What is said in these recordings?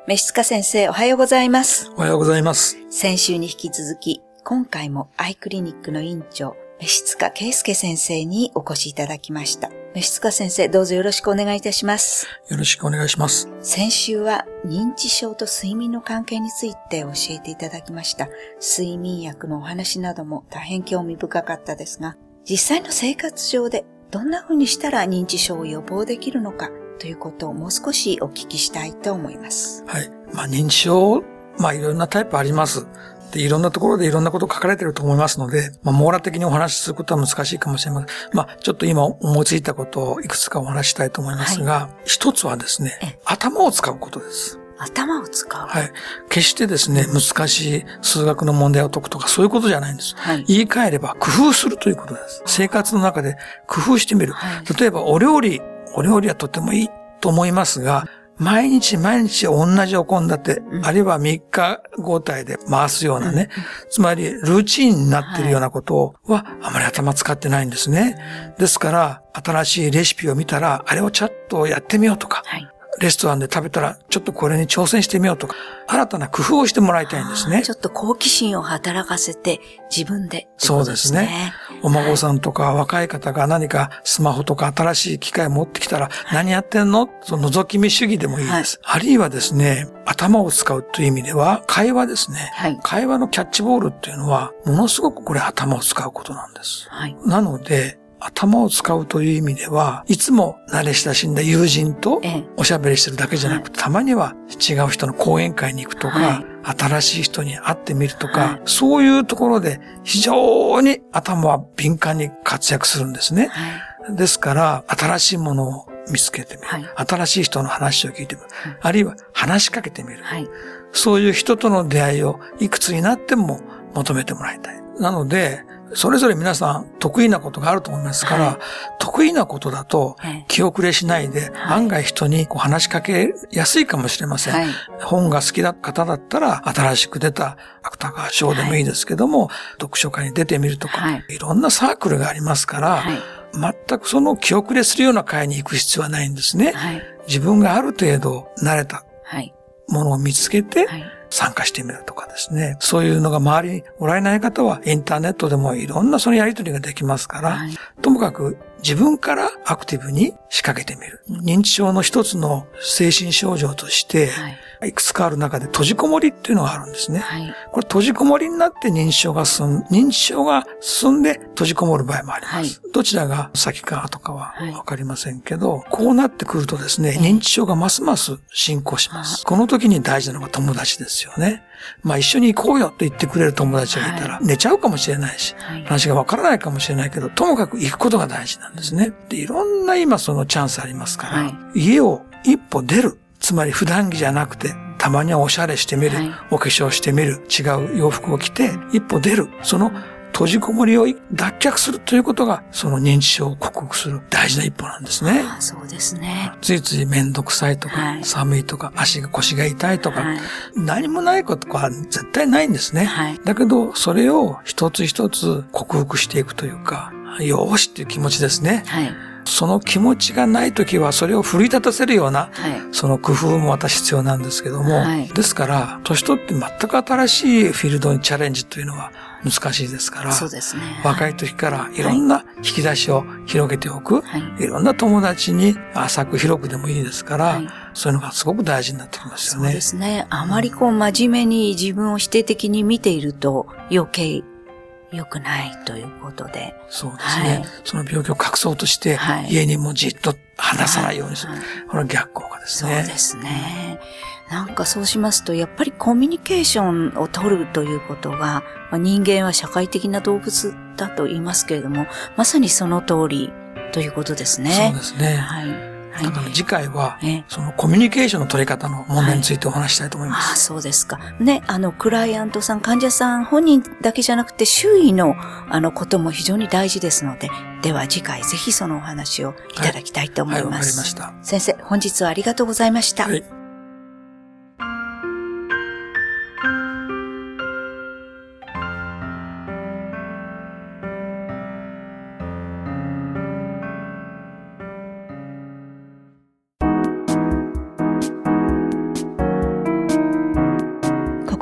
召塚先生、おはようございます。 おはようございます。 先週に引き続き、今回もアイクリニックの院長、召塚圭介先生にお越しいただきました。召塚先生、どうぞよろしくお願いいたします。 よろしくお願いします。 先週は認知症と睡眠の関係について教えていただきました。睡眠薬のお話なども大変興味深かったですが、実際の生活上でどんな風にしたら認知症を予防できるのかということをもう少しお聞きしたいと思います。 はい。認知症、いろんなタイプあります。で、いろんなところでいろんなこと書かれていると思いますので、網羅的にお話しすることは難しいかもしれません。ちょっと今思いついたことをいくつかお話ししたいと思いますが、一つはですね、頭を使うことです。 頭を使う。 はい。決してですね、難しい数学の問題を解くとかそういうことじゃないんです。言い換えれば工夫するということです。生活の中で工夫してみる。例えばお料理はとてもいいと思いますが、毎日同じお献立、あるいは3日交代で回すようなね、つまりルーチンになっているようなことはあまり頭使ってないんですね。ですから、新しいレシピを見たら、あれをちょっとやってみようとか、レストランで食べたらちょっとこれに挑戦してみようとか、新たな工夫をしてもらいたいんですね。 ちょっと好奇心を働かせて自分で、 そうですね。お孫さんとか若い方が何かスマホとか新しい機械を持ってきたら、何やってんの？その覗き見主義でもいいです。あるいはですね、頭を使うという意味では、会話ですね。会話のキャッチボールっていうのは、ものすごくこれ頭を使うことなんです。なので、頭を使うという意味では、いつも慣れ親しんだ友人とおしゃべりしてるだけじゃなくて、たまには違う人の講演会に行くとか、新しい人に会ってみるとか、そういうところで非常に頭は敏感に活躍するんですね。ですから、新しいものを見つけてみる。新しい人の話を聞いてみる。あるいは話しかけてみる。そういう人との出会いをいくつになっても求めてもらいたい。なので、それぞれ皆さん得意なことがあると思いますから、得意なことだと気遅れしないで、案外人に話しかけやすいかもしれません。本が好きな方だったら、新しく出た芥川賞でもいいですけども、読書会に出てみるとか、いろんなサークルがありますから、全くその気遅れするような会に行く必要はないんですね。自分がある程度慣れたものを見つけて、参加してみるとかですね。そういうのが周りにおられない方はインターネットでもいろんなそのやり取りができますから、ともかく自分からアクティブに仕掛けてみる。認知症の一つの精神症状として、いくつかある中で閉じこもりっていうのがあるんですね。これ閉じこもりになって認知症が進んで閉じこもる場合もあります。どちらが先か後かはわかりませんけど、こうなってくるとですね、認知症がますます進行します。この時に大事なのが友達ですよね。一緒に行こうよって言ってくれる友達がいたら、寝ちゃうかもしれないし、話がわからないかもしれないけど、ともかく行くことが大事なんですね。で、いろんな今そのチャンスありますから、家を一歩出る。つまり普段着じゃなくて、たまにはおしゃれしてみる、お化粧してみる、違う洋服を着て、一歩出る。その閉じこもりを脱却するということが、その認知症を克服する大事な一歩なんですね。 そうですね。 ついついめんどくさいとか、寒いとか、腰が痛いとか、何もないことは絶対ないんですね。だけど、それを一つ一つ克服していくというか、よーしっていう気持ちですね。その気持ちがないときは、それを奮い立たせるような、その工夫もまた必要なんですけども、ですから、年取って全く新しいフィールドにチャレンジというのは難しいですから、若い時からいろんな引き出しを広げておく、いろんな友達に浅く広くでもいいですから、そういうのがすごく大事になってきますよね。 そうですね。あまり真面目に自分を否定的に見ていると余計良くないということで。 そうですね。その病気を隠そうとして、家にもじっと話さないようにする。これは逆効果ですね。 そうですね。そうしますと、やっぱりコミュニケーションを取るということが、人間は社会的な動物だと言いますけれども、まさにその通りということですね。 そうですね。だから次回は、そのコミュニケーションの取り方の問題についてお話したいと思います。 そうですか。ね、クライアントさん、患者さん本人だけじゃなくて周囲のことも非常に大事ですので、では次回ぜひそのお話をいただきたいと思います。 わかりました。 先生、本日はありがとうございました。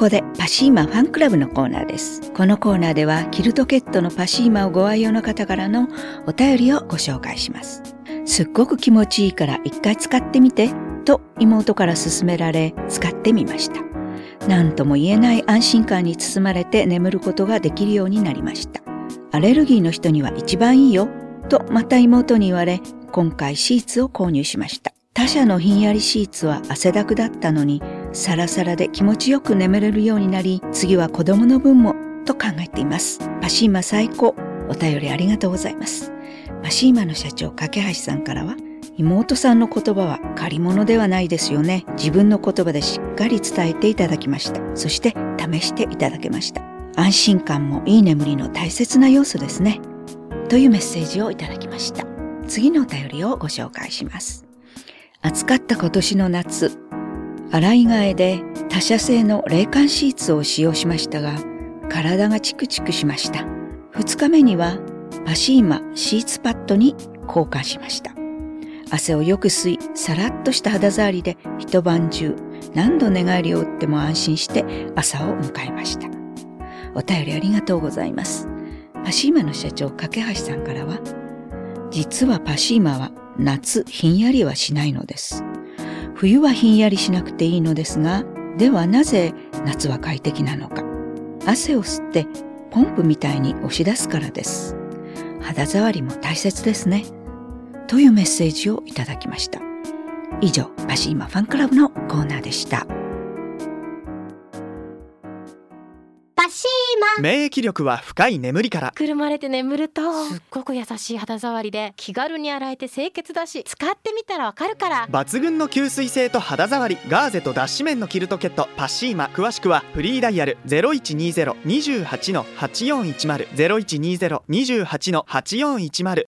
こでパシーマファンクラブのコーナーです。このコーナーではキルトケットのパシーマをご愛用の方からのお便りをご紹介します。すっごく気持ちいいから一回使ってみてと妹から勧められ使ってみました。何とも言えない安心感に包まれて眠ることができるようになりました。アレルギーの人には一番いいよとまた妹に言われ、今回シーツを購入しました。他社のひんやりシーツは汗だくだったのにサラサラで気持ちよく眠れるようになり、次は子供の分もと考えています。パシーマ最高。お便りありがとうございます。パシーマの社長架橋さんからは、妹さんの言葉は借り物ではないですよね。自分の言葉でしっかり伝えていただきました。そして試していただけました。安心感もいい眠りの大切な要素ですね。というメッセージをいただきました。次のお便りをご紹介します。暑かった今年の夏、洗い替えで他社製の冷感シーツを使用しましたが、体がチクチクしました。2日目にはパシーマシーツパッドに交換しました。汗をよく吸い、さらっとした肌触りで一晩中何度寝返りを打っても安心して朝を迎えました。お便りありがとうございます。パシーマの社長架橋さんからは、実はパシーマは夏ひんやりはしないのです。冬はひんやりしなくていいのですが、ではなぜ夏は快適なのか。汗を吸ってポンプみたいに押し出すからです。肌触りも大切ですね。というメッセージをいただきました。以上、パシーマファンクラブのコーナーでした。 パシーマ。 免疫力は深い眠りから。 くるまれて眠るとすっごく優しい肌触りで気軽に洗えて清潔だし、使ってみたらわかるから。 抜群の吸水性と肌触り、ガーゼと脱脂綿のキルトケットパシーマ。詳しくはフリーダイヤル 0120-28-8410 0120-28-8410